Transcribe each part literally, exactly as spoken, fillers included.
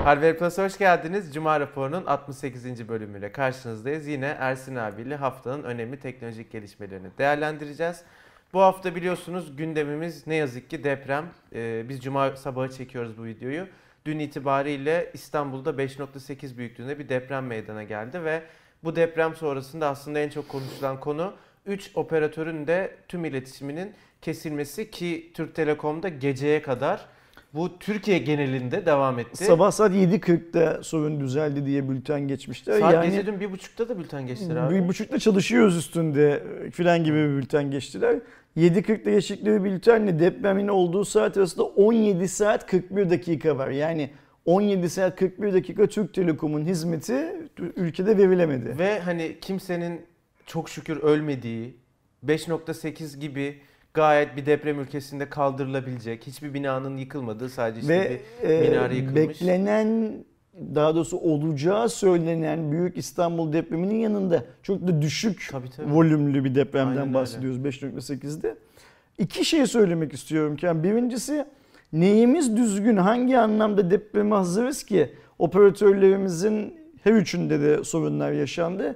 Harvard Plus'a hoş geldiniz. Cuma raporunun altmış sekizinci bölümüyle karşınızdayız. Yine Ersin abiyle haftanın önemli teknolojik gelişmelerini değerlendireceğiz. Bu hafta biliyorsunuz gündemimiz ne yazık ki deprem. Ee, biz Cuma sabahı çekiyoruz bu videoyu. Dün itibariyle İstanbul'da beş nokta sekiz büyüklüğünde bir deprem meydana geldi ve bu deprem sonrasında aslında en çok konuşulan konu üç operatörün de tüm iletişiminin kesilmesi ki Türk Telekom'da geceye kadar bu Türkiye genelinde devam etti. Sabah saat yedi kırkta sorun düzeldi diye bülten geçmişti. Saat yani, gece dün bir buçukta da bülten geçtiler abi. Bir buçukta çalışıyoruz üstünde filan gibi bir bülten geçtiler. yedi kırkta geçtikleri bültenle depremin olduğu saat arasında on yedi saat kırk bir dakika var. Yani on yedi saat kırk bir dakika Türk Telekom'un hizmeti ülkede verilemedi. Ve hani kimsenin çok şükür ölmediği, beş nokta sekiz gibi gayet bir deprem ülkesinde kaldırılabilecek, hiçbir binanın yıkılmadığı, sadece işte Ve bir minare yıkılmış. Beklenen, daha doğrusu olacağı söylenen Büyük İstanbul depreminin yanında çok da düşük tabii, tabii. volümlü bir depremden Aynen bahsediyoruz öyle. beş nokta sekizde. İki şey söylemek istiyorum ki. Birincisi, neyimiz düzgün, hangi anlamda depreme hazırız ki operatörlerimizin her üçünde de sorunlar yaşandı.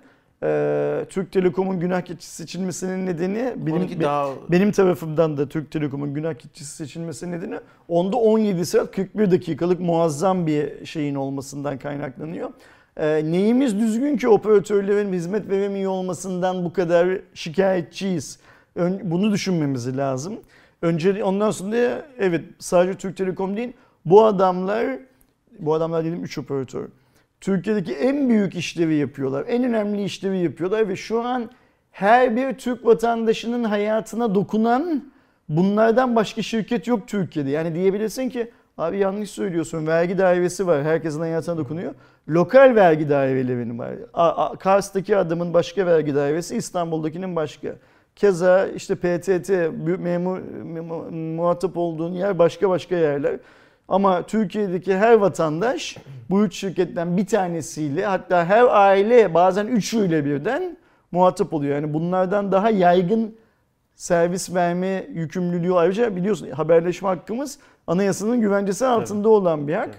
Ee, Türk Telekom'un günah keçisi seçilmesinin nedeni benim, daha... benim tarafımdan da Türk Telekom'un günah keçisi seçilmesinin nedeni onda on yedi saat kırk bir dakikalık muazzam bir şeyin olmasından kaynaklanıyor. Ee, neyimiz düzgün ki operatörlerin hizmet veremiyor olmasından bu kadar şikayetçiyiz? Ön, bunu düşünmemiz lazım. Önce ondan sonra evet, sadece Türk Telekom değil, bu adamlar bu adamlar dedim üç operatör. Türkiye'deki en büyük işlevi yapıyorlar. En önemli işlevi yapıyorlar ve şu an her bir Türk vatandaşının hayatına dokunan bunlardan başka şirket yok Türkiye'de. Yani diyebilirsin ki abi yanlış söylüyorsun, vergi dairesi var, herkesin hayatına dokunuyor. Lokal vergi dairelerinin var. Kars'taki adamın başka vergi dairesi, İstanbul'dakinin başka. Keza işte P T T, memur, memur, muhatap olduğun yer başka başka yerler. Ama Türkiye'deki her vatandaş bu üç şirketten bir tanesiyle, hatta her aile bazen üçüyle birden muhatap oluyor. Yani bunlardan daha yaygın servis verme yükümlülüğü, ayrıca biliyorsun haberleşme hakkımız anayasanın güvencesi altında olan bir hak.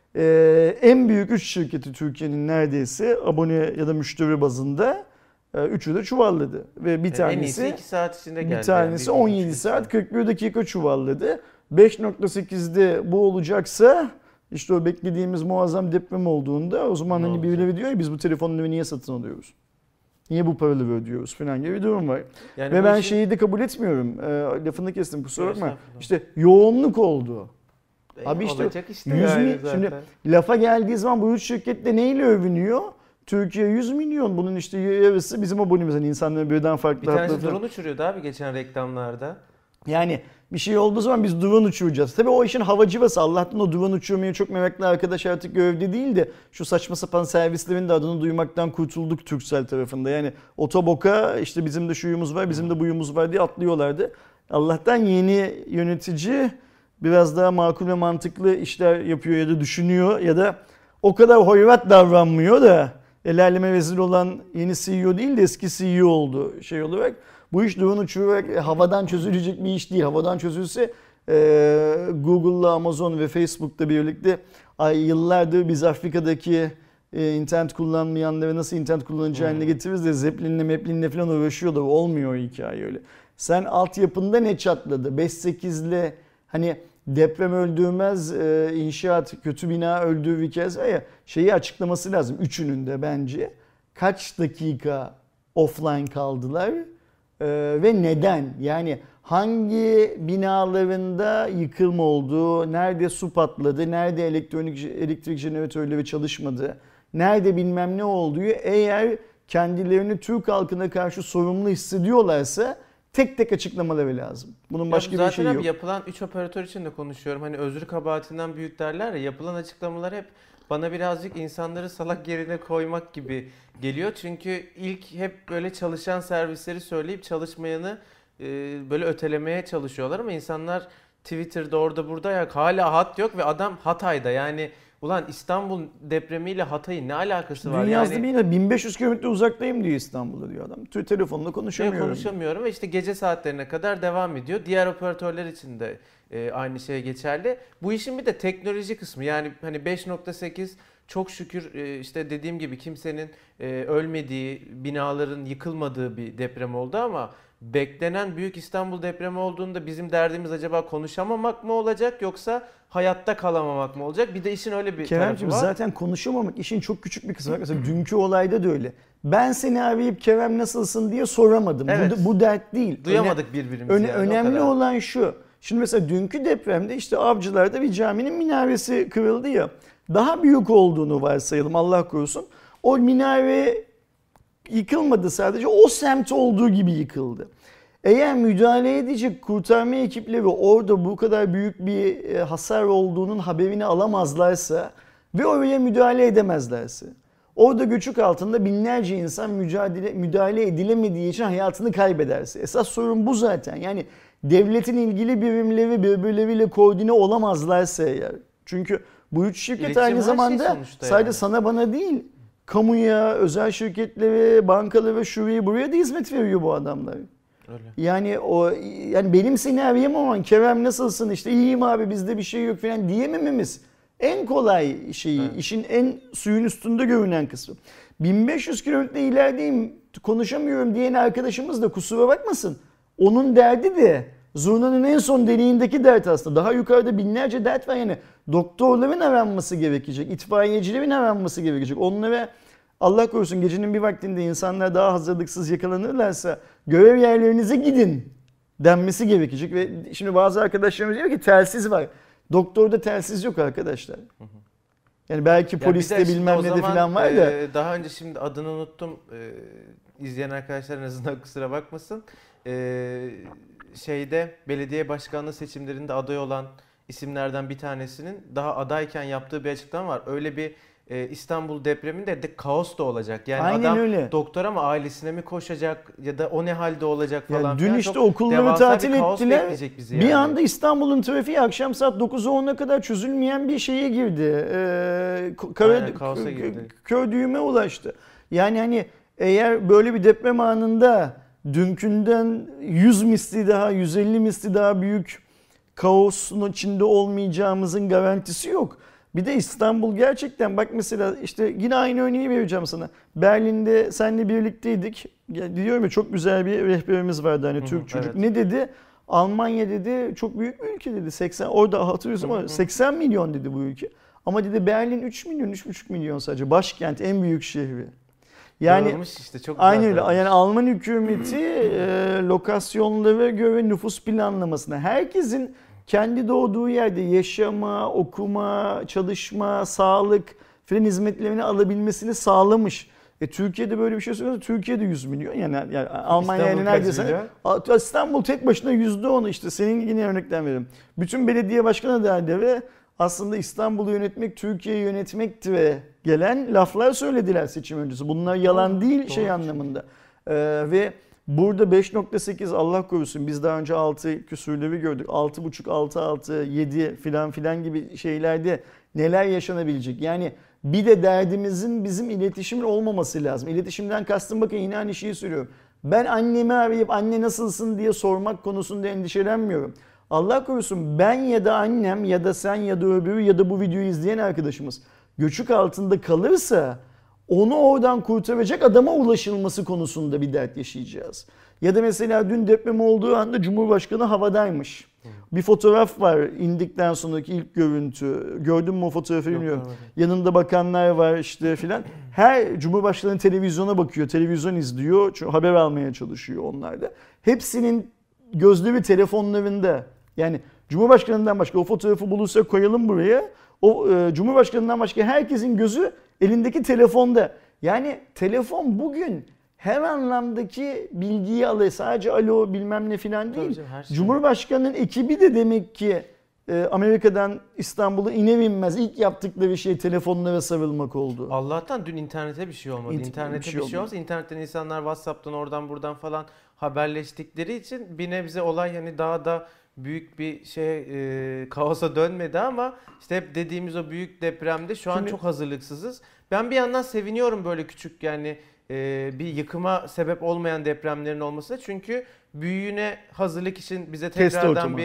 Ee, en büyük üç şirketi Türkiye'nin neredeyse abone ya da müşteri bazında üçü de çuvalladı. Ve bir tanesi, en iyisi iki saat içinde geldi. Bir tanesi yani on yedi saat kırk bir dakika çuvalladı. beş nokta sekizde bu olacaksa işte o beklediğimiz muazzam deprem olduğunda o zaman ne hani olacak? Birileri diyor ya biz bu telefonları niye satın alıyoruz? Niye bu paraları ödüyoruz falan gibi bir durum var. Yani ve ben işin... şeyi de kabul etmiyorum. E, lafını kestim, kusura bakma. İşte yoğunluk oldu. E, Abi işte, işte yüz yani mi, şimdi lafa geldiği zaman bu üç şirketle neyle övünüyor? Türkiye yüz milyon, bunun işte yarısı bizim abonemiz. Yani insanların birden farklı. Bir tanesi drone uçuruyordu abi geçen reklamlarda. Yani bir şey olduğu zaman biz drone uçuracağız. Tabii o işin havacıvası. Allah'tan o drone uçurmaya çok meraklı arkadaş artık görevde değil de şu saçma sapan servislerin de adını duymaktan kurtulduk Turkcell tarafında. Yani otoboka işte bizim de şuyumuz var, bizim de buyumuz var diye atlıyorlardı. Allah'tan yeni yönetici biraz daha makul ve mantıklı işler yapıyor ya da düşünüyor ya da o kadar hoyrat davranmıyor da el aleme rezil olan yeni C E O değil de eski C E O oldu şey olarak. Bu iş drone uçurarak havadan çözülecek bir iş değil. Havadan çözülse e, Google'la, Amazon ve Facebook'la birlikte ay, yıllardır biz Afrika'daki e, internet kullanmayanları nasıl internet kullanıcı hmm. haline getiririz de Zeppelin'le Meppelin'le falan uğraşıyorlar. Olmuyor o hikaye öyle. Sen altyapında ne çatladı? beş sekizle hani deprem öldürmez, e, inşaat kötü bina öldürür hikayesi var ya, şeyi açıklaması lazım üçünün de bence. Kaç dakika offline kaldılar? Ee, ve neden? Yani hangi binalarında yıkılma oldu, nerede su patladı, nerede elektronik elektrik jeneratörleri çalışmadı, nerede bilmem ne olduğu, eğer kendilerini Türk halkına karşı sorumlu hissediyorlarsa tek tek açıklamaları lazım. Bunun başka ya bir şeyi yok. Zaten yapılan üç operatör için de konuşuyorum. Hani özrü kabahatinden büyük derler ya, yapılan açıklamalar hep bana birazcık insanları salak yerine koymak gibi geliyor. Çünkü ilk hep böyle çalışan servisleri söyleyip çalışmayanı e, böyle ötelemeye çalışıyorlar ama insanlar Twitter'da orada burada ya hala hat yok ve adam Hatay'da. Yani ulan İstanbul depremiyle Hatay'ın ne alakası var? Dün yazdı yani, yine bin beş yüz kilometre uzaktayım diyor İstanbul'da diyor adam. Telefonla konuşamıyorum. Konuşamıyorum ve işte gece saatlerine kadar devam ediyor. Diğer operatörler için de e, aynı şeye geçerli. Bu işin bir de teknoloji kısmı. Yani hani beş nokta sekiz çok şükür e, işte dediğim gibi kimsenin e, ölmediği, binaların yıkılmadığı bir deprem oldu ama beklenen Büyük İstanbul depremi olduğunda bizim derdimiz acaba konuşamamak mı olacak yoksa hayatta kalamamak mı olacak? Bir de işin öyle bir Kerem'cim tarafı var. zaten konuşamamak işin çok küçük bir kısmı. Bak mesela dünkü olayda da öyle. Ben seni arayıp Kerem nasılsın diye soramadım. Evet. Bu, bu dert değil. Duyamadık Öne, birbirimizi öne, yani. Önemli olan şu. Şimdi mesela dünkü depremde işte Avcılar'da bir caminin minaresi kırıldı ya. Daha büyük olduğunu varsayalım, Allah korusun. O minare yıkılmadı, sadece o semt olduğu gibi yıkıldı. Eğer müdahale edecek kurtarma ekipleri orada bu kadar büyük bir hasar olduğunun haberini alamazlarsa ve oraya müdahale edemezlerse, orada göçük altında binlerce insan mücadele, müdahale edilemediği için hayatını kaybederse. Esas sorun bu zaten. Yani devletin ilgili birimleri birbirleriyle koordine olamazlarsa eğer. Çünkü bu üç şirket İletişim aynı her zamanda şey sonuçta sadece yani. sana bana değil, kamuya, özel şirketlere, bankalara, şuraya buraya da hizmet veriyor bu adamlar. Öyle. Yani o yani benim seni arayamam, Kerem nasılsın, işte iyiyim abi bizde bir şey yok falan diyemememiz en kolay şeyi, Evet. işin en suyun üstünde görünen kısmı. bin beş yüz kilometre ilerideyim, konuşamıyorum diyen arkadaşımız da kusura bakmasın. Onun derdi de zurnanın en son deliğindeki dert aslında. Daha yukarıda binlerce dert var yani. Doktorların aranması gerekecek, itfaiyecilerin aranması gerekecek. Onlara Allah korusun gecenin bir vaktinde insanlar daha hazırlıksız yakalanırlarsa görev yerlerinize gidin denmesi gerekecek. Ve şimdi bazı arkadaşlarımız diyor ki telsiz var. Doktorda telsiz yok arkadaşlar. Yani belki Ya poliste bir de şimdi bilmem o ne de zaman, falan var da. e, daha önce şimdi adını unuttum. E, izleyen arkadaşlar en azından kusura bakmasın. E, şeyde belediye başkanlığı seçimlerinde aday olan isimlerden bir tanesinin daha adayken yaptığı bir açıklama var. Öyle bir e, İstanbul depreminde de kaos da olacak. Yani Aynen adam öyle. doktora mı ailesine mi koşacak ya da o ne halde olacak Ya falan dün filan. işte Çok okulları devasa tatil bir kaos ettiler. bekleyecek bizi Bir yani. anda İstanbul'un trafiği akşam saat dokuza ona kadar çözülmeyen bir şeye girdi. Ee, kara, Aynen, kaosa girdi. Kör düğüme ulaştı. Yani hani eğer böyle bir deprem anında dünkünden yüz misli daha, yüz elli misli daha büyük kaosun içinde olmayacağımızın garantisi yok. Bir de İstanbul gerçekten bak mesela işte yine aynı örneği vereceğim sana. Berlin'de seninle birlikteydik. Ya diyorum ya çok güzel bir rehberimiz vardı hani Hı hı, Türk çocuk. evet. Ne dedi? Almanya dedi çok büyük bir ülke dedi. seksen orada hatırlıyorsun ama seksen milyon dedi bu ülke. Ama dedi Berlin üç milyon, üç buçuk milyon sadece. Başkent, en büyük şehri. Yani Dağılmış işte, çok güzel aynı öyle. dağılmış. Yani Alman hükümeti e, lokasyonlara göre nüfus planlamasına herkesin kendi doğduğu yerde yaşama, okuma, çalışma, sağlık filan hizmetlerini alabilmesini sağlamış. E, Türkiye'de böyle bir şey söylüyorsa Türkiye'de yüz milyon yani, yani Almanya İstanbul yani kaç neredeyse milyon? İstanbul tek başına yüzde on işte senin yine örnekten veririm. Bütün belediye başkan adayları aslında İstanbul'u yönetmek Türkiye'yi yönetmekti ve gelen laflar söylediler seçim öncesi. Bunlar yalan Doğru, değil doğru. şey anlamında. Ee, ve burada beş nokta sekiz Allah korusun biz daha önce altı küsürleri gördük. altı buçuk, altı altı, yedi filan filan gibi şeylerde neler yaşanabilecek. Yani bir de derdimizin bizim iletişimin olmaması lazım. İletişimden kastım bakın yine aynı şeyi söylüyorum. Ben annemi arayıp anne nasılsın diye sormak konusunda endişelenmiyorum. Allah korusun ben ya da annem ya da sen ya da öbürü ya da bu videoyu izleyen arkadaşımız göçük altında kalırsa onu oradan kurtaracak adama ulaşılması konusunda bir dert yaşayacağız. Ya da mesela dün deprem olduğu anda Cumhurbaşkanı havadaymış. Bir fotoğraf var indikten sonraki ilk görüntü. Gördün mü o fotoğrafı bilmiyorum. görmedim. Yanında bakanlar var işte filan. Her Cumhurbaşkanı televizyona bakıyor, televizyon izliyor. Çünkü haber almaya çalışıyor onlar da. Hepsinin gözleri telefonlarında. Yani Cumhurbaşkanından başka o fotoğrafı bulursak koyalım buraya. O e, Cumhurbaşkanından başka herkesin gözü elindeki telefonda. Yani telefon bugün her anlamdaki bilgiyi alıyor. Sadece alo bilmem ne filan değil. canım, her şey. Cumhurbaşkanının ekibi de demek ki e, Amerika'dan İstanbul'a iner inmez ilk yaptıkları şey telefonlara sarılmak oldu. Allah'tan dün internete bir şey olmadı. İnt- İnternete bir şey bir şey, olmadı. olsa internetten insanlar WhatsApp'tan oradan buradan falan haberleştikleri için bir nebze olay hani daha da büyük bir şey e, kaosa dönmedi ama işte hep dediğimiz o büyük depremde şu an Şimdi- çok hazırlıksızız. Ben bir yandan seviniyorum böyle küçük yani e, bir yıkıma sebep olmayan depremlerin olmasına çünkü büyüğüne hazırlık için bize Test tekrardan ortamı. bir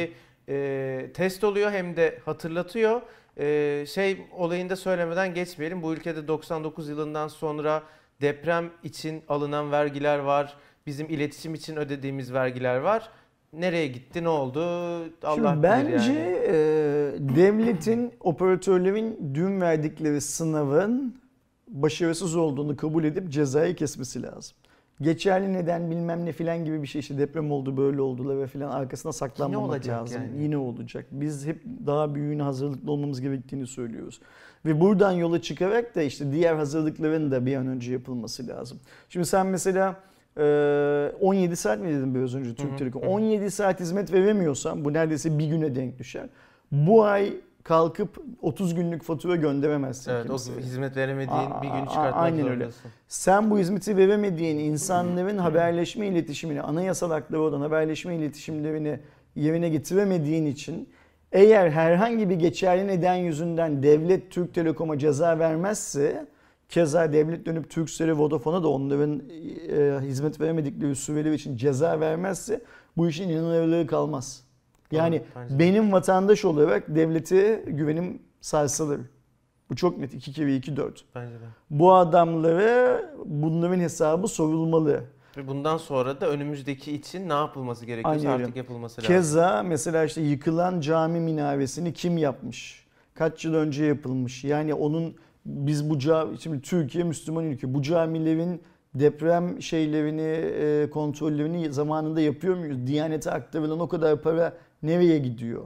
e, test oluyor hem de hatırlatıyor. E, şey olayında söylemeden geçmeyelim. Bu ülkede doksan dokuz yılından sonra deprem için alınan vergiler var. Bizim iletişim için ödediğimiz vergiler var. Nereye gitti, ne oldu? Allah Şimdi bilir bence yani. e, devletin, operatörlerin dün verdikleri sınavın başarısız olduğunu kabul edip cezayı kesmesi lazım. Geçerli neden bilmem ne filan gibi bir şey, işte deprem oldu böyle oldular ve filan arkasına saklanmamak lazım. yani. Yine olacak. Biz hep daha büyüğüne hazırlıklı olmamız gerektiğini söylüyoruz. Ve buradan yola çıkarak da işte diğer hazırlıkların da bir an önce yapılması lazım. Şimdi sen mesela on yedi saat mi dedin biraz önce Türk Telekom? on yedi saat hizmet veremiyorsan, bu neredeyse bir güne denk düşer. Bu ay kalkıp otuz günlük fatura gönderemezsin Evet, kimseye. o hizmet veremediğin Aa, bir gün çıkartmak aynen zorundasın. öyle. Sen bu hizmeti veremediğin insanların haberleşme iletişimini, anayasal hakları olan haberleşme iletişimlerini yerine getiremediğin için eğer herhangi bir geçerli neden yüzünden devlet Türk Telekom'a ceza vermezse, keza devlet dönüp Turkcell'e, Vodafone'a da onların e, hizmet veremedikleri süreleri için ceza vermezse bu işin inanılırlığı kalmaz. Yani Tamam, benim vatandaş olarak devlete güvenim sarsılır. Bu çok net. iki kere iki dört. Bence de. Bu adamlara bunların hesabı sorulmalı. Ve bundan sonra da önümüzdeki için ne yapılması gerekiyorsa Aynen. artık yapılması lazım. Keza mesela işte yıkılan cami minaresini kim yapmış? Kaç yıl önce yapılmış? Yani onun biz bu cami, şimdi Türkiye Müslüman ülke. Bu camilerin deprem şeylerini, kontrollerini zamanında yapıyor muyuz? Diyanete aktarılan o kadar para nereye gidiyor?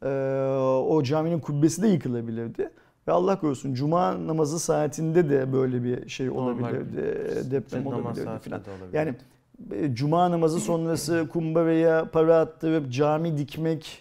O caminin kubbesi de yıkılabilirdi. Ve Allah korusun cuma namazı saatinde de böyle bir şey olabilirdi. Normal, deprem olabilirdi falan. Yani cuma namazı sonrası kumbaraya para attırıp cami dikmek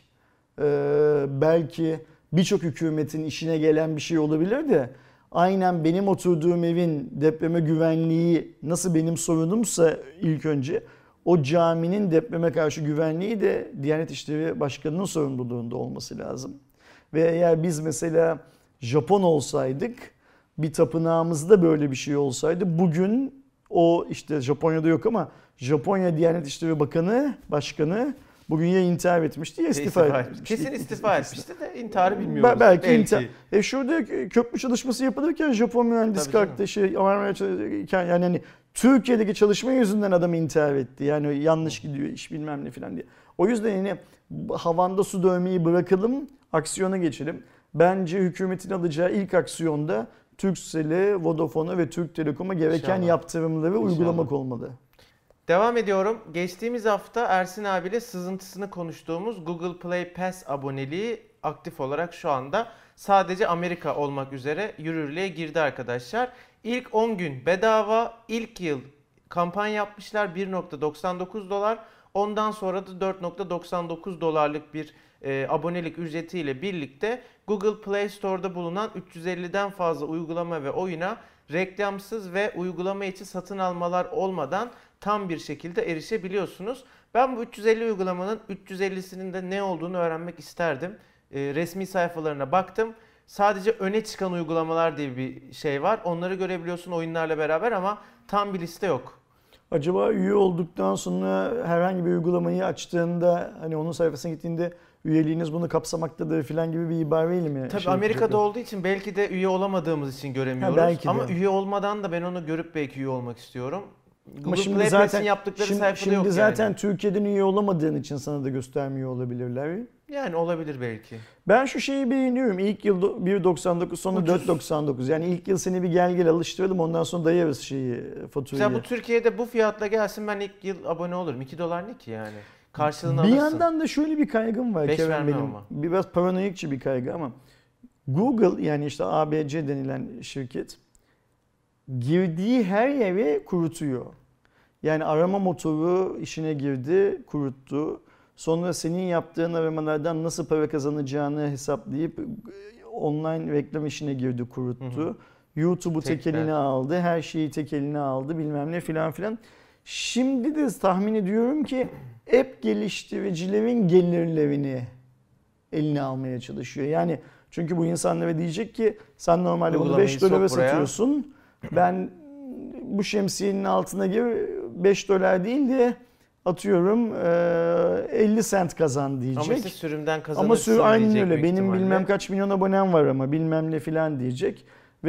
belki birçok hükümetin işine gelen bir şey olabilir de aynen benim oturduğum evin depreme güvenliği nasıl benim sorunumsa ilk önce o caminin depreme karşı güvenliği de Diyanet İşleri Başkanı'nın sorumluluğunda olması lazım. Ve eğer biz mesela Japon olsaydık, bir tapınağımızda böyle bir şey olsaydı bugün o işte Japonya'da yok ama Japonya Diyanet İşleri Bakanı, Başkanı bugün ya intihar etmişti ya istifa, istifa etmişti. Kesin istifa etmişti de intiharı bilmiyoruz. Belki, Belki. intihar. E şurada köprü çalışması yapılırken Japon mühendis kalktı şey amarmaya çalışırken yani hani Türkiye'deki çalışma yüzünden adam intihar etti. Yani yanlış gidiyor iş bilmem ne falan diye. O yüzden yine havanda su dövmeyi bırakalım, aksiyona geçelim. Bence hükümetin alacağı ilk aksiyonda Turkcell'e, Vodafone'a ve Türk Telekom'a gereken İnşallah. yaptırımları İnşallah. uygulamak olmalı. Devam ediyorum. Geçtiğimiz hafta Ersin abiyle sızıntısını konuştuğumuz Google Play Pass aboneliği aktif olarak şu anda sadece Amerika olmak üzere yürürlüğe girdi arkadaşlar. İlk on gün bedava, ilk yıl kampanya yapmışlar bir nokta doksan dokuz dolar. Ondan sonra da dört nokta doksan dokuz dolarlık bir e, abonelik ücretiyle birlikte Google Play Store'da bulunan üç yüz elliden fazla uygulama ve oyuna reklamsız ve uygulama içi satın almalar olmadan tam bir şekilde erişebiliyorsunuz. Ben bu üç yüz elli uygulamanın üç yüz ellisinin de ne olduğunu öğrenmek isterdim. E, resmi sayfalarına baktım. Sadece öne çıkan uygulamalar diye bir şey var. Onları görebiliyorsun oyunlarla beraber ama tam bir liste yok. Acaba üye olduktan sonra herhangi bir uygulamayı açtığında hani onun sayfasına gittiğinde üyeliğiniz bunu kapsamaktadır falan gibi bir ibareyle mi? Tabii şey Amerika'da yapacaklar? olduğu için belki de üye olamadığımız için göremiyoruz. Ha, belki de. Ama üye olmadan da ben onu görüp belki üye olmak istiyorum. Google Ama şimdi Play zaten Pass'in yaptıkları şimdi, sayfada şimdi yok zaten yani. Türkiye'den üye olamadığın için sana da göstermiyor olabilirler. Yani olabilir belki. Ben şu şeyi beğeniyorum. İlk yıl bir nokta doksan dokuz sonra dört nokta doksan dokuz. Yani ilk yıl seni bir gel gel alıştıralım ondan sonra dayarız şeyi faturayı. Mesela bu Türkiye'de bu fiyatla gelsin ben ilk yıl abone olurum. iki dolar ne ki yani? Karşılığını bir alırsın. yandan da şöyle bir kaygım var Beş Kerem vermem benim. ama. Biraz paranoyikçi bir kaygı ama Google yani işte A B C denilen şirket girdiği her yere kurutuyor. Yani arama motoru işine girdi, kuruttu. Sonra senin yaptığın aramalardan nasıl para kazanacağını hesaplayıp online reklam işine girdi, kuruttu. Hı hı. YouTube'u tek, tek eline aldı, her şeyi tek eline aldı bilmem ne filan filan. Şimdi de tahmin ediyorum ki app geliştiricilerin gelirlerini eline almaya çalışıyor. Yani çünkü bu insanlara diyecek ki sen normalde bunu beş dolara satıyorsun. Ben bu şemsiyenin altına gir beş dolar değil de atıyorum elli sent kazan diyecek. Ama işte sürümden kazanırsın ama sür, aynen diyecek öyle. Benim ihtimalle. bilmem kaç milyon abonem var ama bilmem ne filan diyecek.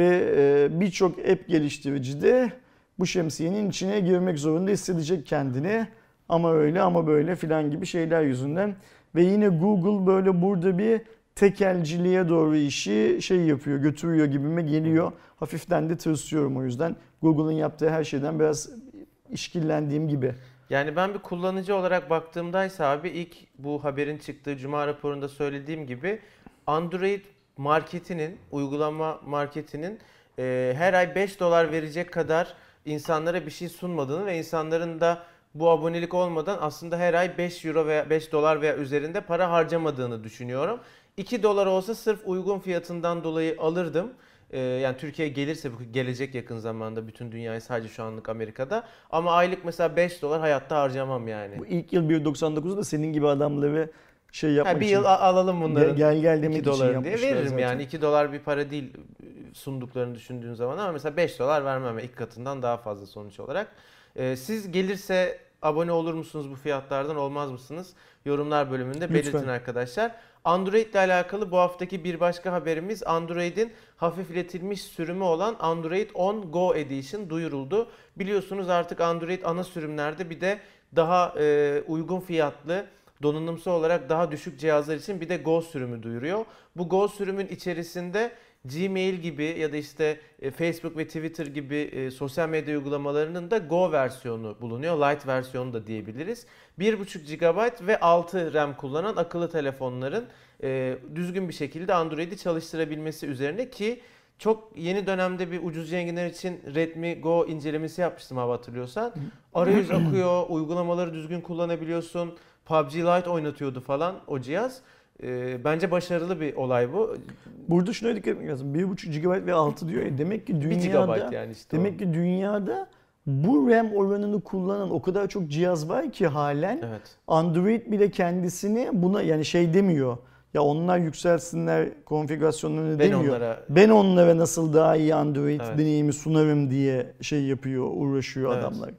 Ve birçok app geliştirici de bu şemsiyenin içine girmek zorunda hissedecek kendini. Ama öyle ama böyle filan gibi şeyler yüzünden. Ve yine Google böyle burada bir tekelciliğe doğru işi şey yapıyor, götürüyor gibime geliyor. Hafiften de tırsıyorum o yüzden. Google'ın yaptığı her şeyden biraz işkillendiğim gibi. Yani ben bir kullanıcı olarak baktığımdaysa abi ilk bu haberin çıktığı Cuma raporunda söylediğim gibi Android marketinin, uygulama marketinin e, her ay beş dolar verecek kadar insanlara bir şey sunmadığını ve insanların da bu abonelik olmadan aslında her ay beş euro veya beş dolar veya üzerinde para harcamadığını düşünüyorum. iki dolar olsa sırf uygun fiyatından dolayı alırdım. Ee, yani Türkiye'ye gelirse gelecek yakın zamanda, bütün dünyayı, sadece şu anlık Amerika'da. Ama aylık mesela beş dolar hayatta harcamam yani. Bu ilk yıl bir virgül doksan dokuzda senin gibi adamları şey yapmak Ha, bir için. yıl a- alalım bunların Gel gel, gel demek iki için dolar diye yapmışlar veririm zaten. yani. iki dolar bir para değil sunduklarını düşündüğün zaman, ama mesela beş dolar vermem, ilk katından daha fazla sonuç olarak. Ee, siz gelirse abone olur musunuz bu fiyatlardan, olmaz mısınız? Yorumlar bölümünde belirtin Lütfen. arkadaşlar. Android ile alakalı bu haftaki bir başka haberimiz, Android'in hafifletilmiş sürümü olan Android on Go Edition duyuruldu. Biliyorsunuz artık Android ana sürümlerde bir de daha e, uygun fiyatlı, donanımsal olarak daha düşük cihazlar için bir de Go sürümü duyuruyor. Bu Go sürümün içerisinde Gmail gibi ya da işte Facebook ve Twitter gibi e, sosyal medya uygulamalarının da Go versiyonu bulunuyor. Lite versiyonu da diyebiliriz. bir buçuk gigabayt ve altı RAM kullanan akıllı telefonların e, düzgün bir şekilde Android'i çalıştırabilmesi üzerine, ki çok yeni dönemde bir ucuz zenginler için Redmi Go incelemesi yapmıştım abi, hatırlıyorsan. Arayüz akıyor, uygulamaları düzgün kullanabiliyorsun. P U B G Lite oynatıyordu falan o cihaz. E, bence başarılı bir olay bu. Burada şuna dikkat etmek lazım. bir buçuk gigabayt ve altı diyor ya. Demek ki dünyada yani işte demek o. ki dünyada bu RAM oranını kullanan o kadar çok cihaz var ki halen Evet. Android bile kendisini buna yani şey demiyor. Ya onlar yükselsinler konfigürasyonlarını Ben demiyor. onlara- Ben onlara nasıl daha iyi Android Evet. deneyimi sunarım diye şey yapıyor, uğraşıyor Evet. adamlar.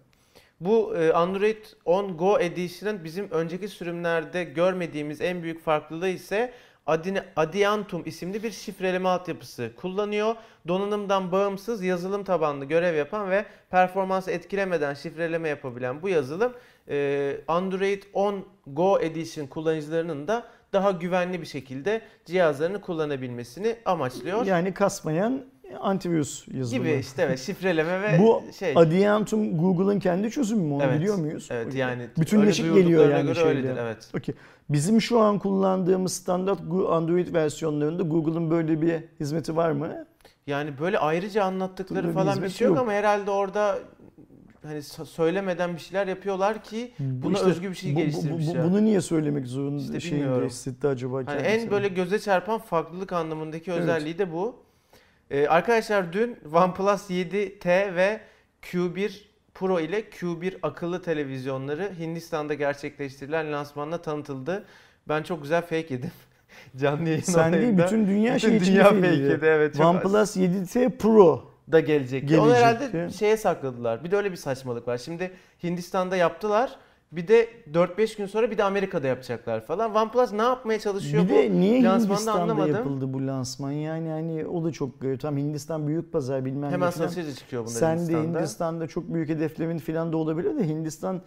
Bu e, Android on Go Edition'ın bizim önceki sürümlerde görmediğimiz en büyük farklılığı ise Adine- Adiantum isimli bir şifreleme altyapısı kullanıyor. Donanımdan bağımsız, yazılım tabanlı görev yapan ve performansı etkilemeden şifreleme yapabilen bu yazılım e, Android on Go Edition kullanıcılarının da daha güvenli bir şekilde cihazlarını kullanabilmesini amaçlıyor. Yani kasmayan antivirüs yazılımı. Gibi işte, evet, şifreleme ve Bu şey. Adiantum Google'ın kendi çözümü mü, onu Evet, biliyor muyuz? evet, yani bütünleşik öyle geliyor duyurduklarına yani göre şeyle. öyledir, evet. Okey. Bizim şu an kullandığımız standart Android versiyonlarında Google'ın böyle bir hizmeti var mı? Yani böyle ayrıca anlattıkları Böyle bir falan bir hizmeti şey yok, yok. ama herhalde orada hani so- söylemeden bir şeyler yapıyorlar ki buna İşte özgü bir şey bu- bu- bu- geliştirmişler. Bunu niye söylemek zorunda İşte şeyinde bilmiyorum. hissetti acaba Hani kendisi? en böyle göze çarpan farklılık anlamındaki Evet. özelliği de bu. Ee, arkadaşlar dün OnePlus yedi T ve Q bir Pro ile Q bir akıllı televizyonları Hindistan'da gerçekleştirilen lansmanla tanıtıldı. Ben çok güzel fake yedim. Canlı yayın Sen değil, olayında. bütün dünya Bütün şey için dünya fake fake yedi. yedi, evet. Çok OnePlus yedi T Pro. da gelecek. Gelecek. Onu herhalde şeye sakladılar. Bir de öyle bir saçmalık var. Şimdi Hindistan'da yaptılar. Bir de dört beş gün sonra bir de Amerika'da yapacaklar falan. OnePlus ne yapmaya çalışıyor Bir bu de niye lansmanda Hindistan'da anlamadım. yapıldı bu lansman? Yani hani o da çok garip. Tam Hindistan büyük pazar bilmem Hemen ne falan. satışa çıkıyor bunlar Sen de Hindistan'da. Hindistan'da çok büyük hedeflerin falan da olabilir de Hindistan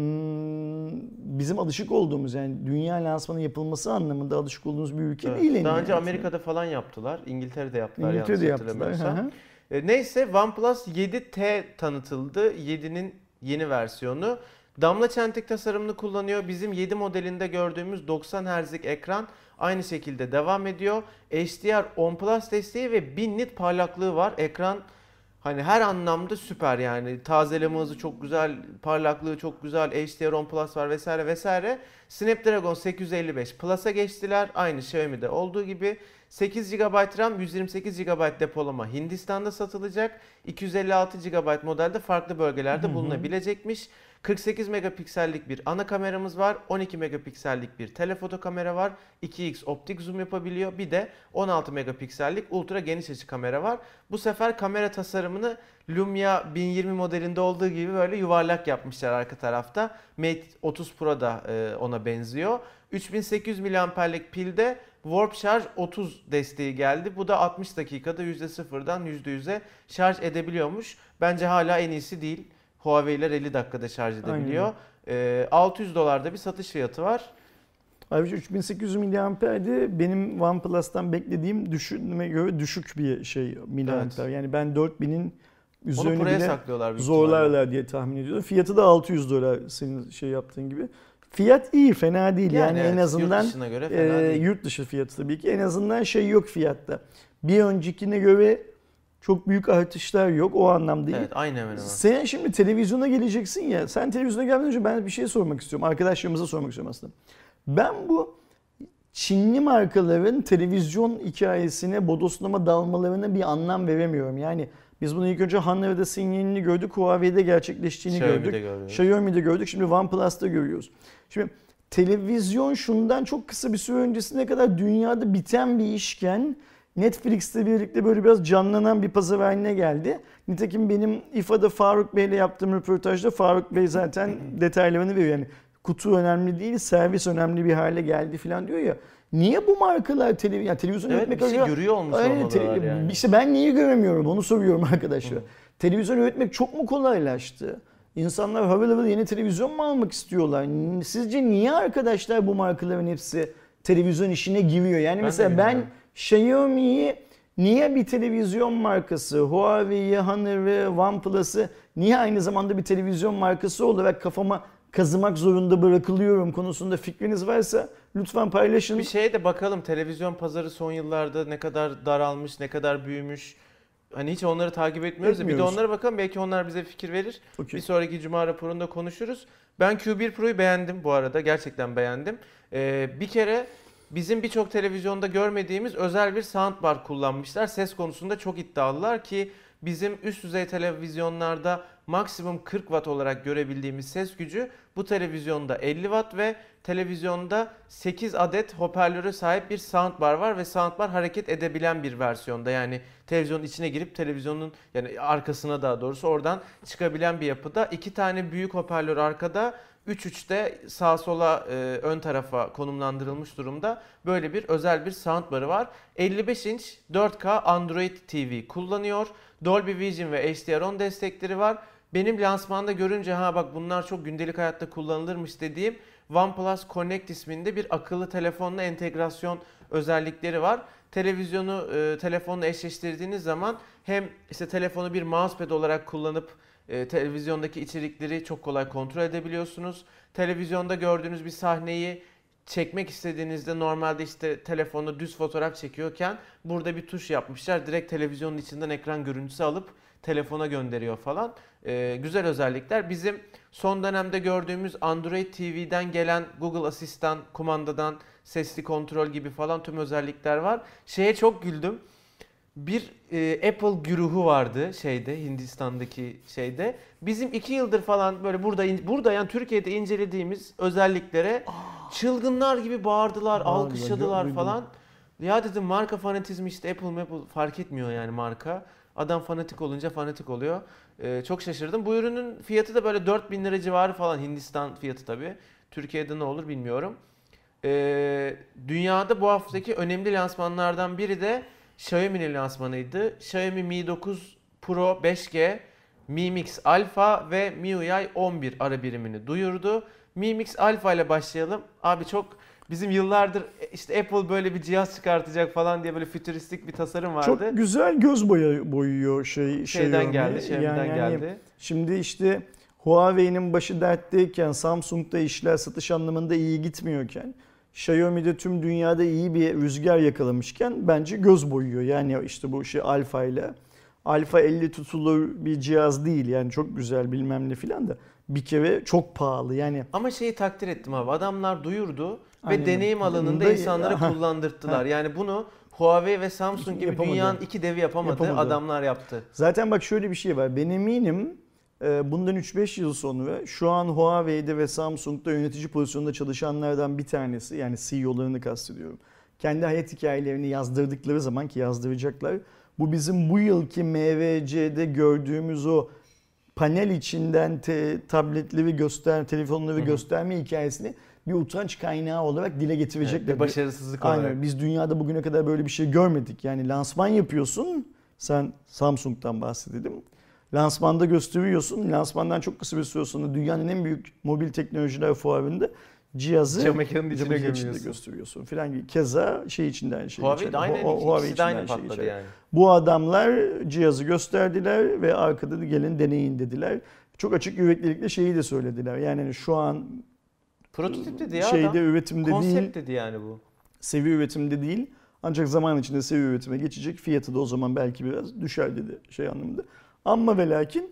hmm, bizim alışık olduğumuz, yani dünya lansmanı yapılması anlamında alışık olduğumuz bir ülke Evet. değil. Daha önce yani. Amerika'da falan yaptılar. İngiltere'de yaptılar, İngiltere'de yanlış yaptılar. hatırlamıyorsam. hı hı. E, neyse, OnePlus yedi T tanıtıldı. yedinin yeni versiyonu. Damla çentik tasarımını kullanıyor. Bizim yedi modelinde gördüğümüz doksan hertzlik ekran aynı şekilde devam ediyor. H D R on Plus desteği ve bin nit parlaklığı var. Ekran hani her anlamda süper yani. Tazeleme hızı çok güzel, parlaklığı çok güzel, H D R on Plus var vesaire vesaire. Snapdragon sekiz yüz elli beş Plus'a geçtiler. Aynı Xiaomi'de olduğu gibi. sekiz gigabayt RAM, yüz yirmi sekiz gigabayt depolama Hindistan'da satılacak. iki yüz elli altı gigabayt modelde farklı bölgelerde Hı hı. bulunabilecekmiş. kırk sekiz megapiksellik bir ana kameramız var. on iki megapiksellik bir telefoto kamera var. iki x optik zoom yapabiliyor. Bir de on altı megapiksellik ultra geniş açı kamera var. Bu sefer kamera tasarımını Lumia bin yirmi modelinde olduğu gibi böyle yuvarlak yapmışlar arka tarafta. Mate otuz Pro da ona benziyor. üç bin sekiz yüz miliamperlik pilde Warp şarj otuz desteği geldi. Bu da altmış dakikada yüzde sıfırdan yüzde yüze şarj edebiliyormuş. Bence hala en iyisi değil. Huawei'ler elli dakikada şarj edebiliyor. Ee, altı yüz dolarda bir satış fiyatı var. Ayrıca üç bin sekiz yüz miliamperdi benim OnePlus'tan beklediğim düşünme göre düşük bir şey miliamper. Evet. Yani ben dört binin üzerine bile zorlarlar diye tahmin ediyorum. Fiyatı da altı yüz dolar senin şey yaptığın gibi. Fiyat iyi, fena değil. Yani, yani evet, en azından yurt, göre fena e, değil. Yurt dışı fiyatı tabii ki. En azından şey yok fiyatta. Bir öncekine göre çok büyük artışlar yok. O anlamda değil. Evet, aynı hemen hemen. Sen şimdi televizyona geleceksin ya. Sen televizyona gelmeden önce ben bir şey sormak istiyorum. Arkadaşlarımıza sormak istiyorum aslında. Ben bu Çinli markaların televizyon hikayesine, bodoslama dalmalarına bir anlam veremiyorum. Yani biz bunu ilk önce Honor'da sinyalini gördük, Huawei'de gerçekleştiğini Xiaomi'de gördük. Xiaomi'de gördük, şimdi OnePlus'ta görüyoruz. Şimdi televizyon şundan çok kısa bir süre öncesine kadar dünyada biten bir işken Netflix'te birlikte böyle biraz canlanan bir pazar haline geldi. Nitekim benim İ F A'da Faruk Bey'le yaptığım röportajda Faruk Bey zaten detaylarını veriyor. Yani kutu önemli değil, servis önemli bir hale geldi falan diyor ya. Niye bu markalar televiz yani televizyon evet, üretmek bir şey görüyor olmuş olmalılar yani. İşte ben niye göremiyorum onu soruyorum arkadaşlar. Hı. Televizyon üretmek çok mu kolaylaştı? İnsanlar havıl havıl yeni televizyon mu almak istiyorlar? Sizce niye arkadaşlar bu markaların hepsi televizyon işine giriyor? Yani ben mesela ben Xiaomi'yi niye bir televizyon markası, Huawei'yi, Honor ve OnePlus'ı niye aynı zamanda bir televizyon markası olarak kafama kazımak zorunda bırakılıyorum konusunda fikriniz varsa lütfen paylaşın. Bir şeye de bakalım, televizyon pazarı son yıllarda ne kadar daralmış, ne kadar büyümüş. Hani hiç onları takip etmiyoruz. etmiyoruz. Bir de onlara bakalım, belki onlar bize fikir verir. Okay. Bir sonraki Cuma raporunda konuşuruz. Ben Q bir Pro'yu beğendim bu arada, gerçekten beğendim. Ee, bir kere bizim birçok televizyonda görmediğimiz özel bir soundbar kullanmışlar. Ses konusunda çok iddialılar ki bizim üst düzey televizyonlarda maksimum kırk watt olarak görebildiğimiz ses gücü bu televizyonda elli watt ve televizyonda sekiz adet hoparlöre sahip bir soundbar var ve soundbar hareket edebilen bir versiyonda. Yani televizyonun içine girip televizyonun yani arkasına daha doğrusu oradan çıkabilen bir yapıda. İki tane büyük hoparlör arkada, üç üçte sağa sola e, ön tarafa konumlandırılmış durumda. Böyle bir özel bir soundbar'ı var. elli beş inç dört K Android T V kullanıyor. Dolby Vision ve H D R on destekleri var. Benim lansmanda görünce ha bak bunlar çok gündelik hayatta kullanılırmış dediğim OnePlus Connect isminde bir akıllı telefonla entegrasyon özellikleri var. Televizyonu e, telefonla eşleştirdiğiniz zaman hem işte telefonu bir mousepad olarak kullanıp e, televizyondaki içerikleri çok kolay kontrol edebiliyorsunuz. Televizyonda gördüğünüz bir sahneyi çekmek istediğinizde normalde işte telefonla düz fotoğraf çekiyorken burada bir tuş yapmışlar. Direkt televizyonun içinden ekran görüntüsü alıp telefona gönderiyor falan. Ee, güzel özellikler. Bizim son dönemde gördüğümüz Android T V'den gelen Google Asistan, kumandadan sesli kontrol gibi falan tüm özellikler var. Şeye çok güldüm. Bir e, Apple güruhu vardı şeyde, Hindistan'daki şeyde. Bizim iki yıldır falan böyle burada burada yani Türkiye'de incelediğimiz özelliklere çılgınlar gibi bağırdılar, Bağırdı, alkışladılar yok, falan. Ya dedim marka fanatizmi işte, Apple Apple fark etmiyor yani marka. Adam fanatik olunca fanatik oluyor. Ee, çok şaşırdım. Bu ürünün fiyatı da böyle dört bin lira civarı falan. Hindistan fiyatı tabii. Türkiye'de ne olur bilmiyorum. Ee, dünyada bu haftaki önemli lansmanlardan biri de Xiaomi'nin lansmanıydı. Xiaomi Mi dokuz Pro beş G, Mi Mix Alpha ve M I U I on bir ara birimini duyurdu. Mi Mix Alpha ile başlayalım. Abi çok bizim yıllardır işte Apple böyle bir cihaz çıkartacak falan diye böyle fütüristik bir tasarım vardı. Çok güzel göz boya boyuyor şey şeyden Xiaomi. geldi, Xiaomi'den yani, geldi. Yani şimdi işte Huawei'nin başı dertteyken, Samsung'da işler satış anlamında iyi gitmiyorken, Xiaomi'de tüm dünyada iyi bir rüzgar yakalamışken bence göz boyuyor. Yani işte bu şey Alpha ile. Alpha elle tutulur bir cihaz değil yani, çok güzel bilmem ne filan da bir kere çok pahalı yani. Ama şeyi takdir ettim abi, adamlar duyurdu Aynen. ve deneyim alanında insanlara aha. kullandırttılar. Yani bunu Huawei ve Samsung gibi yapamadı. Dünyanın iki devi yapamadı, yapamadı, adamlar yaptı. Zaten bak şöyle bir şey var, ben eminim Bundan üç beş yıl sonra şu an Huawei'de ve Samsung'da yönetici pozisyonunda çalışanlardan bir tanesi, yani C E O'larını kastediyorum, kendi hayat hikayelerini yazdırdıkları zaman, ki yazdıracaklar, bu bizim bu yılki M V C'de gördüğümüz o panel içinden te, tabletleri göster, telefonları Hı-hı. gösterme hikayesini bir utanç kaynağı olarak dile getirecekler. Evet, bir başarısızlık olarak. Aynen. Biz dünyada bugüne kadar böyle bir şey görmedik. Yani lansman yapıyorsun. Sen Samsung'dan bahsedelim. Lansmanda gösteriyorsun. Lansmandan çok kısa bir süre sonra dünyanın en büyük mobil teknolojiler fuarında cihazı cam mekanın içine içinde gösteriyorsun filan gibi. Keza şey içinde aynı şey. Huawei de aynı, Ho- Huawei de aynı patladı şey yani. Bu adamlar cihazı gösterdiler ve arkada da gelin deneyin dediler. Çok açık yüreklilikle şeyi de söylediler. Yani şu an prototip dedi ya şeyde adam. üretimde Konsept değil. dedi yani bu. Seviye üretimde değil. Ancak zaman içinde seviye üretime geçecek. Fiyatı da o zaman belki biraz düşer dedi şey anlamında. Ama ve lakin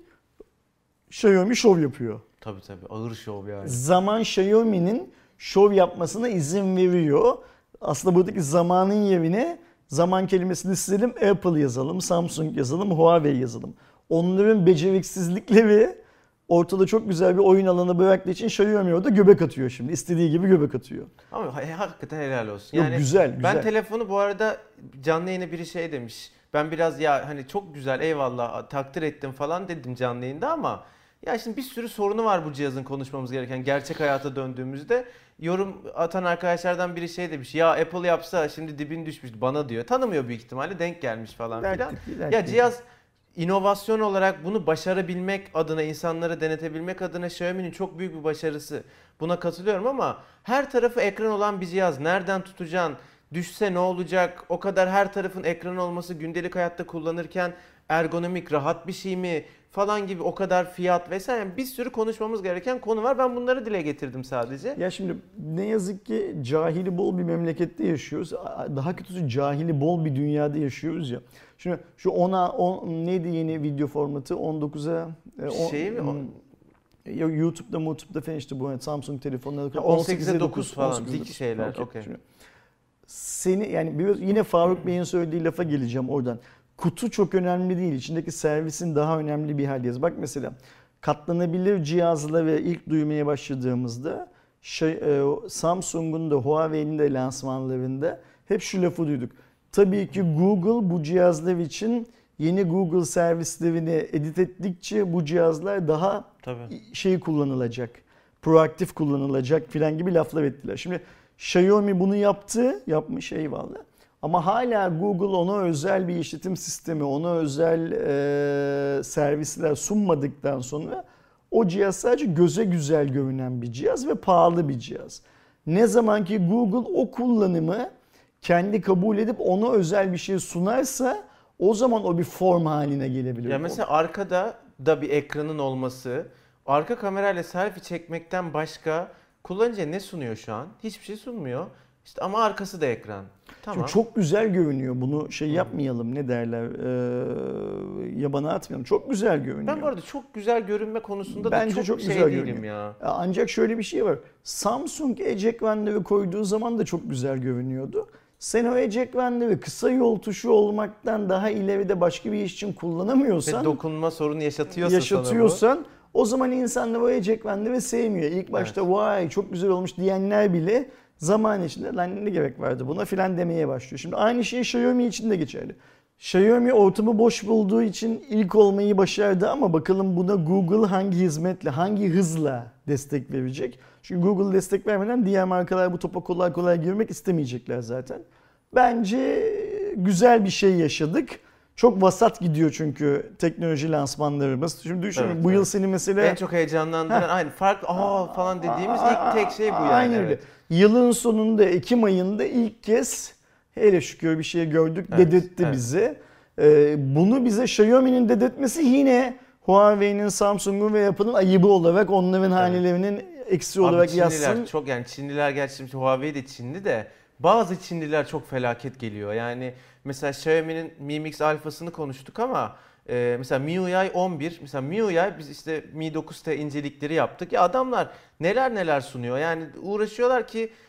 Xiaomi şov yapıyor. Tabii tabii, ağır şov yani. Zaman Xiaomi'nin şov yapmasına izin veriyor. Aslında buradaki zamanın yerine zaman kelimesini silelim, Apple yazalım, Samsung yazalım, Huawei yazalım. Onların beceriksizlikleri ortada çok güzel bir oyun alanı bıraktığı için Xiaomi orada göbek atıyor şimdi. İstediği gibi göbek atıyor. Ama hakikaten helal olsun. Yok, yani güzel, güzel. Ben telefonu bu arada canlı yayına biri şey demiş. Ben biraz ya hani çok güzel, eyvallah, takdir ettim falan dedim canlı yayında ama ya şimdi bir sürü sorunu var bu cihazın, konuşmamız gereken. Gerçek hayata döndüğümüzde yorum atan arkadaşlardan biri şey demiş. Ya Apple yapsa şimdi dibin düşmüş bana diyor. Tanımıyor büyük ihtimalle, denk gelmiş falan filan. Ya cihaz inovasyon olarak bunu başarabilmek adına, insanlara denetebilmek adına Xiaomi'nin çok büyük bir başarısı. Buna katılıyorum ama her tarafı ekran olan bir cihaz. Nereden tutacaksın? Düşse ne olacak? O kadar her tarafın ekran olması gündelik hayatta kullanırken ergonomik, rahat bir şey mi? Falan gibi, o kadar fiyat vesaire. Yani bir sürü konuşmamız gereken konu var. Ben bunları dile getirdim sadece. Ya şimdi ne yazık ki cahili bol bir memlekette yaşıyoruz. Daha kötüsü cahili bol bir dünyada yaşıyoruz ya. Şimdi şu ona on, neydi yeni video formatı on dokuza on, şey mi? Ya YouTube'da, YouTube'da falan işte bu Samsung telefonları on sekize dokuz falan dik şeyler. Okay. Seni yani biraz yine Faruk Bey'in söylediği lafa geleceğim oradan. Kutu çok önemli değil. İçindeki servisin daha önemli bir haldeyiz. Bak mesela katlanabilir cihazları ilk duymaya başladığımızda şey, Samsung'un da Huawei'nin de lansmanlarında hep şu lafı duyduk. Tabii ki Google bu cihazlar için yeni Google servislerini edit ettikçe bu cihazlar daha Tabii. şey kullanılacak, proaktif kullanılacak filan gibi laflar ettiler. Şimdi Xiaomi bunu yaptı, yapmış eyvallah. Ama hala Google ona özel bir işletim sistemi, ona özel e, servisler sunmadıktan sonra o cihaz sadece göze güzel görünen bir cihaz ve pahalı bir cihaz. Ne zaman ki Google o kullanımı kendi kabul edip ona özel bir şey sunarsa o zaman o bir form haline gelebilir. Ya mesela arkada da bir ekranın olması, arka kamerayla selfie çekmekten başka kullanıcıya ne sunuyor şu an? Hiçbir şey sunmuyor. İşte ama arkası da ekran. Tamam. Şimdi çok güzel görünüyor. Bunu şey yapmayalım, ne derler, e, yabana atmayalım. Çok güzel görünüyor. Ben bu arada çok güzel görünme konusunda Bence da çok, çok şey güzel değilim görünüyor. ya. Ancak şöyle bir şey var. Samsung Edge ekranları koyduğu zaman da çok güzel görünüyordu. Sen o Edge ekranları kısa yol tuşu olmaktan daha ileride başka bir iş için kullanamıyorsan, ve dokunma sorunu yaşatıyorsa, yaşatıyorsan o zaman insanlar o Edge ekranları sevmiyor. İlk başta evet. vay çok güzel olmuş diyenler bile zaman içinde lan ne gerek vardı buna filan demeye başlıyor. Şimdi aynı şey Xiaomi için de geçerli. Xiaomi ortamı boş bulduğu için ilk olmayı başardı ama bakalım buna Google hangi hizmetle, hangi hızla destek verecek? Çünkü Google destek vermeden diğer markalar bu topa kolay kolay girmek istemeyecekler zaten. Bence güzel bir şey yaşadık. Çok vasat gidiyor çünkü teknoloji lansmanlarımız. Şimdi düşünün evet, bu yıl evet. seni mesela... En çok heyecanlandıran aynı farklı aa falan dediğimiz ilk tek şey bu yani. Aynen öyle. Evet. Yılın sonunda Ekim ayında ilk kez hele şükür bir şey gördük, evet, dedetti evet. bize. Ee, bunu bize Xiaomi'nin dedetmesi yine Huawei'nin, Samsung'un ve Apple'ın ayıbı olarak onların evet. hanelerinin eksi Abi olarak Çinliler yazsın. Çok yani Çinliler gerçi şimdi Huawei de Çinli de bazı Çinliler çok felaket geliyor. Yani mesela Xiaomi'nin Mi Mix Alpha'sını konuştuk ama e, mesela M I U I on bir, mesela M I U I biz işte Mi dokuz T incelikleri yaptık. Ya adamlar neler neler sunuyor. Yani uğraşıyorlar ki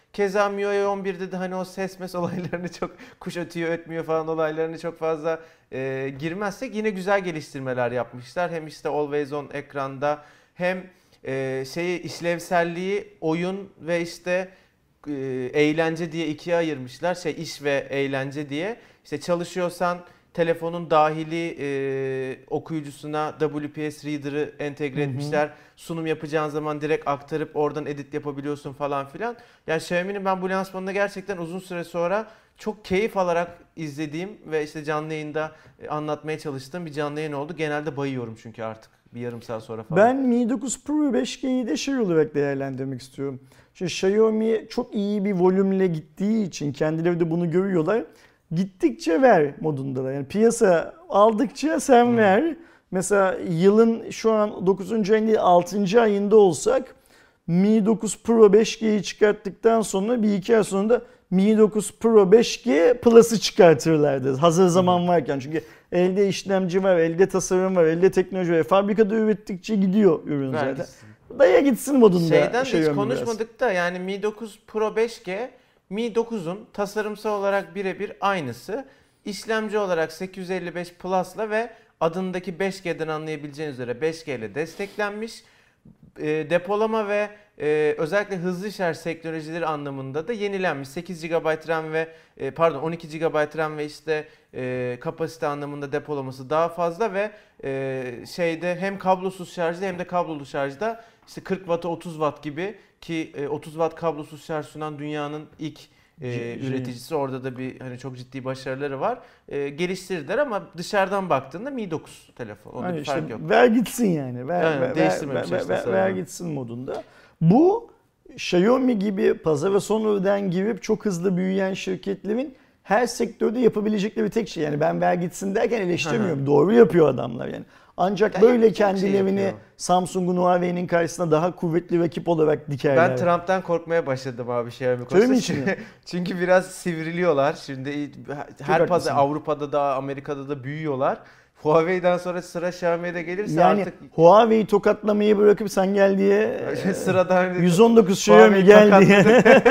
Keza M I U I on birde de hani o ses mes olaylarını çok, kuş ötüyor ötmüyor falan olaylarını çok fazla e, girmezsek yine güzel geliştirmeler yapmışlar. Hem işte Always On ekranda hem e, şeyi işlevselliği oyun ve işte e, eğlence diye ikiye ayırmışlar. Şey iş ve eğlence diye. İşte çalışıyorsan telefonun dahili e, okuyucusuna W P S Reader'ı entegre etmişler. Hı hı. Sunum yapacağın zaman direkt aktarıp oradan edit yapabiliyorsun falan filan. Yani Xiaomi'nin ben bu lansmanında gerçekten uzun süre sonra çok keyif alarak izlediğim ve işte canlı yayında anlatmaya çalıştığım bir canlı yayın oldu. Genelde bayıyorum çünkü artık bir yarım saat sonra falan. Ben Mi dokuz Pro beş G'yi de şey olarak değerlendirmek istiyorum. Şimdi Xiaomi çok iyi bir volümle gittiği için kendileri de bunu görüyorlar. Gittikçe ver modundalar. Yani piyasa aldıkça sen hmm. ver. Mesela yılın şu an dokuzuncu ayın değil altıncı ayında olsak Mi dokuz Pro beş G'yi çıkarttıktan sonra bir iki ay sonra da Mi dokuz Pro beş G Plus'ı çıkartırlardı. Hazır zaman hmm. varken. Çünkü elde işlemci var, elde tasarım var, elde teknoloji var. Fabrikada ürettikçe gidiyor ürün zaten. Vergisi. Daya gitsin modunda. Şeyden şey hiç konuşmadık biraz da yani Mi dokuz Pro beş G Mi dokuzun tasarımsal olarak birebir aynısı. İşlemci olarak sekiz yüz elli beş Plus'la ve adındaki beş G'den anlayabileceğiniz üzere beş G ile desteklenmiş. E, depolama ve e, özellikle hızlı şarj teknolojileri anlamında da yenilenmiş. sekiz gigabayt RAM ve e, pardon on iki gigabayt RAM ve işte e, kapasite anlamında depolaması daha fazla ve e, şeyde hem kablosuz şarjda hem de kablolu şarjda işte kırk watt'a otuz watt gibi ki e, otuz watt kablosuz şarj sunan dünyanın ilk e, üreticisi. Orada da bir hani çok ciddi başarıları var. E, geliştirdiler ama dışarıdan baktığında Mi dokuz telefon. Onda yani bir fark işte yok. Ver gitsin yani. Ver, yani ver, değiştirmemiş ver, işte ver, ver gitsin modunda. Bu Xiaomi gibi pazara sonradan girip çok hızlı büyüyen şirketlerin her sektörde yapabilecekleri bir tek şey. Yani ben ver gitsin derken eleştirmiyorum. Doğru yapıyor adamlar yani. Ancak ya böyle kendilerini şey Samsung'un, Huawei'nin karşısına daha kuvvetli rakip olarak dikerler. Ben Trump'tan korkmaya başladım abi Xiaomi konusunda. Çünkü biraz sivriliyorlar. Şimdi her pazar Avrupa'da da Amerika'da da büyüyorlar. Huawei'den sonra sıra Xiaomi'ye de gelirse yani artık... Huawei'yi tokatlamayı bırakıp sen gel diye sıradan yüz on dokuz Xiaomi gel diye.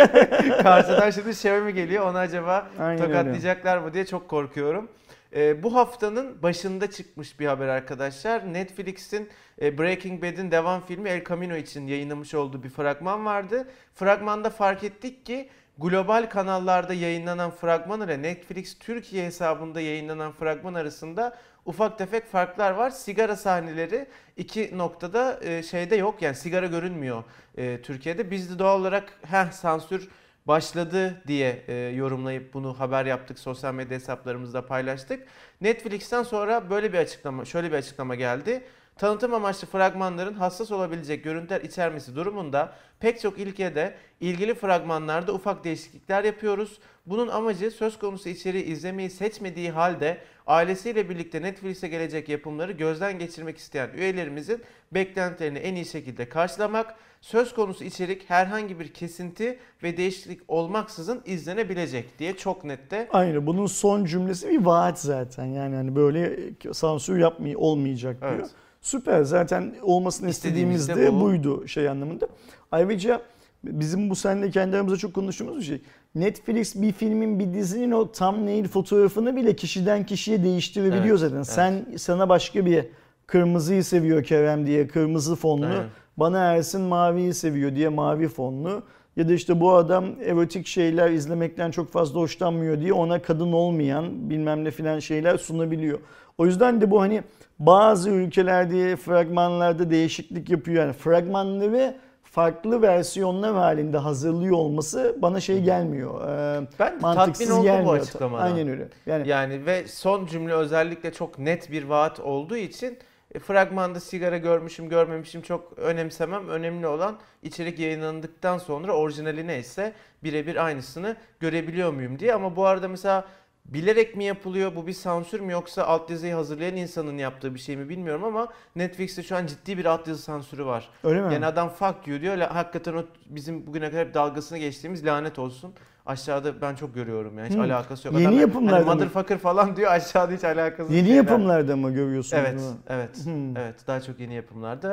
Karşıdan şimdi Xiaomi geliyor. Onu acaba aynen tokatlayacaklar öyle mı diye çok korkuyorum. Ee, bu haftanın başında çıkmış bir haber arkadaşlar. Netflix'in e, Breaking Bad'in devam filmi El Camino için yayınlamış olduğu bir fragman vardı. Fragmanda fark ettik ki global kanallarda yayınlanan fragman ile Netflix Türkiye hesabında yayınlanan fragman arasında ufak tefek farklar var. Sigara sahneleri iki noktada e, şeyde yok, yani sigara görünmüyor e, Türkiye'de. Biz de doğal olarak heh sansür başladı diye e, yorumlayıp bunu haber yaptık, sosyal medya hesaplarımızda paylaştık. Netflix'ten sonra böyle bir açıklama, şöyle bir açıklama geldi. Tanıtım amaçlı fragmanların hassas olabilecek görüntüler içermesi durumunda pek çok ülkede ilgili fragmanlarda ufak değişiklikler yapıyoruz. Bunun amacı söz konusu içeriği izlemeyi seçmediği halde ailesiyle birlikte Netflix'e gelecek yapımları gözden geçirmek isteyen üyelerimizin beklentilerini en iyi şekilde karşılamak. Söz konusu içerik herhangi bir kesinti ve değişiklik olmaksızın izlenebilecek diye çok nette. Aynı bunun son cümlesi bir vaat zaten. Yani hani böyle sansür yapmay olmayacak diyor. Evet. Süper, zaten olmasını istediğimiz de bu. buydu şey anlamında. Ayrıca bizim bu seninle kendi aramızda çok konuştuğumuz bir şey. Netflix bir filmin, bir dizinin o thumbnail fotoğrafını bile kişiden kişiye değiştirebiliyor evet, zaten. Evet. Sen sana başka bir kırmızıyı seviyor Kerem diye kırmızı fonlu. Aynen. Bana Ersin maviyi seviyor diye mavi fonlu. Ya da işte bu adam erotik şeyler izlemekten çok fazla hoşlanmıyor diye ona kadın olmayan bilmem ne filan şeyler sunabiliyor. O yüzden de bu hani bazı ülkelerde fragmanlarda değişiklik yapıyor. Yani fragmanları farklı versiyonlar halinde hazırlıyor olması bana şey gelmiyor. E, ben tatmin oldum gelmiyor. Bu açıklamadan. Aynen öyle. Yani, yani ve son cümle özellikle çok net bir vaat olduğu için e, fragmanda sigara görmüşüm görmemişim çok önemsemem. Önemli olan içerik yayınlandıktan sonra orijinali neyse birebir aynısını görebiliyor muyum diye. Ama bu arada mesela bilerek mi yapılıyor, bu bir sansür mü yoksa altyazıyı hazırlayan insanın yaptığı bir şey mi bilmiyorum ama Netflix'te şu an ciddi bir altyazı sansürü var. Öyle mi? Yani adam fuck you diyor. Hakikaten o bizim bugüne kadar hep dalgasını geçtiğimiz lanet olsun. Aşağıda ben çok görüyorum yani hiç hmm. alakası yok. Yeni adam yapımlarda hani motherfucker falan diyor, aşağıda hiç alakası yok. Yeni şeyler. yapımlarda mı görüyorsunuz? Evet, evet, hmm. evet. Daha çok yeni yapımlarda.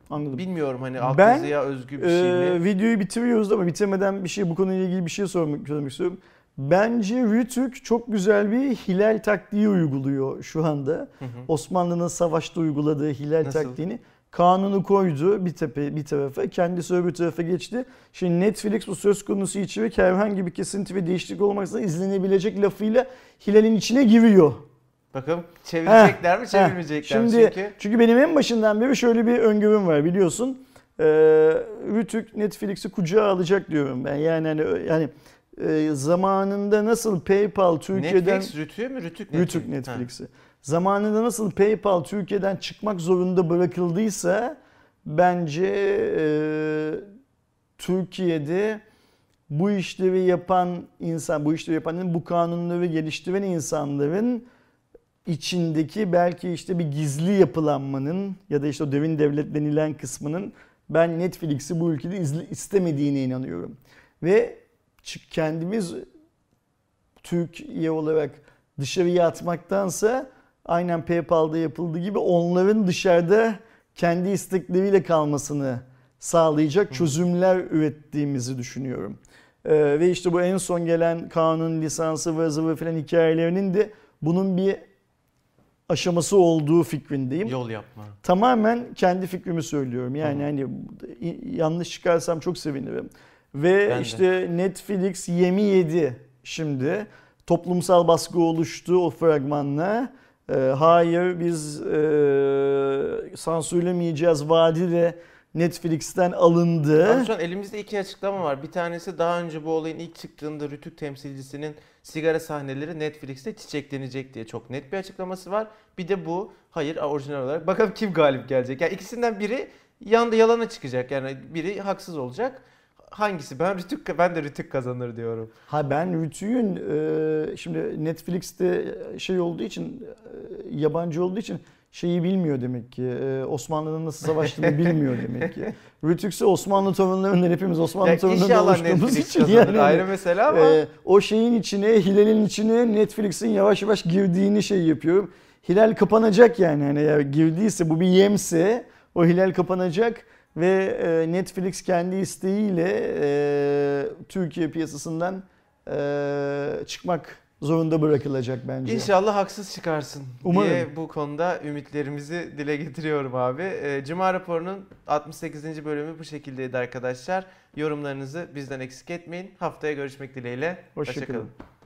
Anladım. Bilmiyorum hani alt Ben, yazıya özgü bir şey mi? E, videoyu bitiriyoruz ama bitirmeden bir şey bu konuyla ilgili bir şey sormak, sormak istiyorum. Bence Rütük çok güzel bir hilal taktiği uyguluyor şu anda. Hı hı. Osmanlı'nın savaşta uyguladığı hilal Nasıl? taktiğini. Kanunu koydu bir tepe bir tarafa, kendisi öbür tarafa geçti. Şimdi Netflix bu söz konusu içerik herhangi bir kesinti ve değişiklik olmaksızın izlenebilecek lafıyla hilalin içine giriyor. Bakalım çevirecekler Heh, mi çevirmeyecekler mi? Şimdi, Çünkü çünkü benim en başından beri şöyle bir öngörüm var biliyorsun. Ee, Rütük Netflix'i kucağa alacak diyorum ben. Yani hani yani e, zamanında nasıl PayPal Türkiye'den Netflix Rütü mü? Rütük Netflix. Rütük Netflix'i. Zamanında nasıl PayPal Türkiye'den çıkmak zorunda bırakıldıysa bence e, Türkiye'de bu işleri yapan insan, bu işleri yapan, bu kanunları geliştiren insanların içindeki belki işte bir gizli yapılanmanın ya da işte o derin devlet denilen kısmının ben Netflix'i bu ülkede izle, istemediğine inanıyorum. Ve kendimiz Türkiye olarak dışarıya atmaktansa aynen PayPal'da yapıldığı gibi onların dışarıda kendi istekleriyle kalmasını sağlayacak çözümler ürettiğimizi düşünüyorum. Ee, ve işte bu en son gelen kanun, lisansı, vı zıvı filan hikayelerinin de bunun bir aşaması olduğu fikrindeyim. Yol yapma. Tamamen kendi fikrimi söylüyorum. Yani hani yanlış çıkarsam çok sevinirim. Ve Ben işte de. Netflix yemi yedi şimdi. Toplumsal baskı oluştu o fragmanla. Ee, hayır biz e, sansürlemeyeceğiz vaadi de Netflix'ten alındı. Ama şu an elimizde iki açıklama var. Bir tanesi daha önce bu olayın ilk çıktığında Rütük temsilcisinin sigara sahneleri Netflix'te çiçeklenecek diye çok net bir açıklaması var. Bir de bu hayır orijinal olarak. Bakalım kim galip gelecek. Yani ikisinden biri yanda yalana çıkacak. Yani biri haksız olacak. Hangisi? Ben Rütük ben de Rütük kazanır diyorum. Ha ben Rütük'ün e, şimdi Netflix'te şey olduğu için e, yabancı olduğu için şeyi bilmiyor demek ki. E, Osmanlı'nın nasıl savaştığını bilmiyor demek ki. Rütük'se Osmanlı torunlarından hepimiz Osmanlı torunlarından İnşallah oluştuğumuz Netflix için kazanır yani ayrı mesele ama e, o şeyin içine, Hilal'in içine Netflix'in yavaş yavaş girdiğini şey yapıyorum. Hilal kapanacak yani hani ya girdiyse bu bir yemse o Hilal kapanacak. Ve Netflix kendi isteğiyle e, Türkiye piyasasından e, çıkmak zorunda bırakılacak bence. İnşallah haksız çıkarsın Umarım. diye bu konuda ümitlerimizi dile getiriyorum abi. E, Cuma raporunun altmış sekizinci bölümü bu şekildeydi arkadaşlar. Yorumlarınızı bizden eksik etmeyin. Haftaya görüşmek dileğiyle. Hoşça Hoşça kalın. kalın.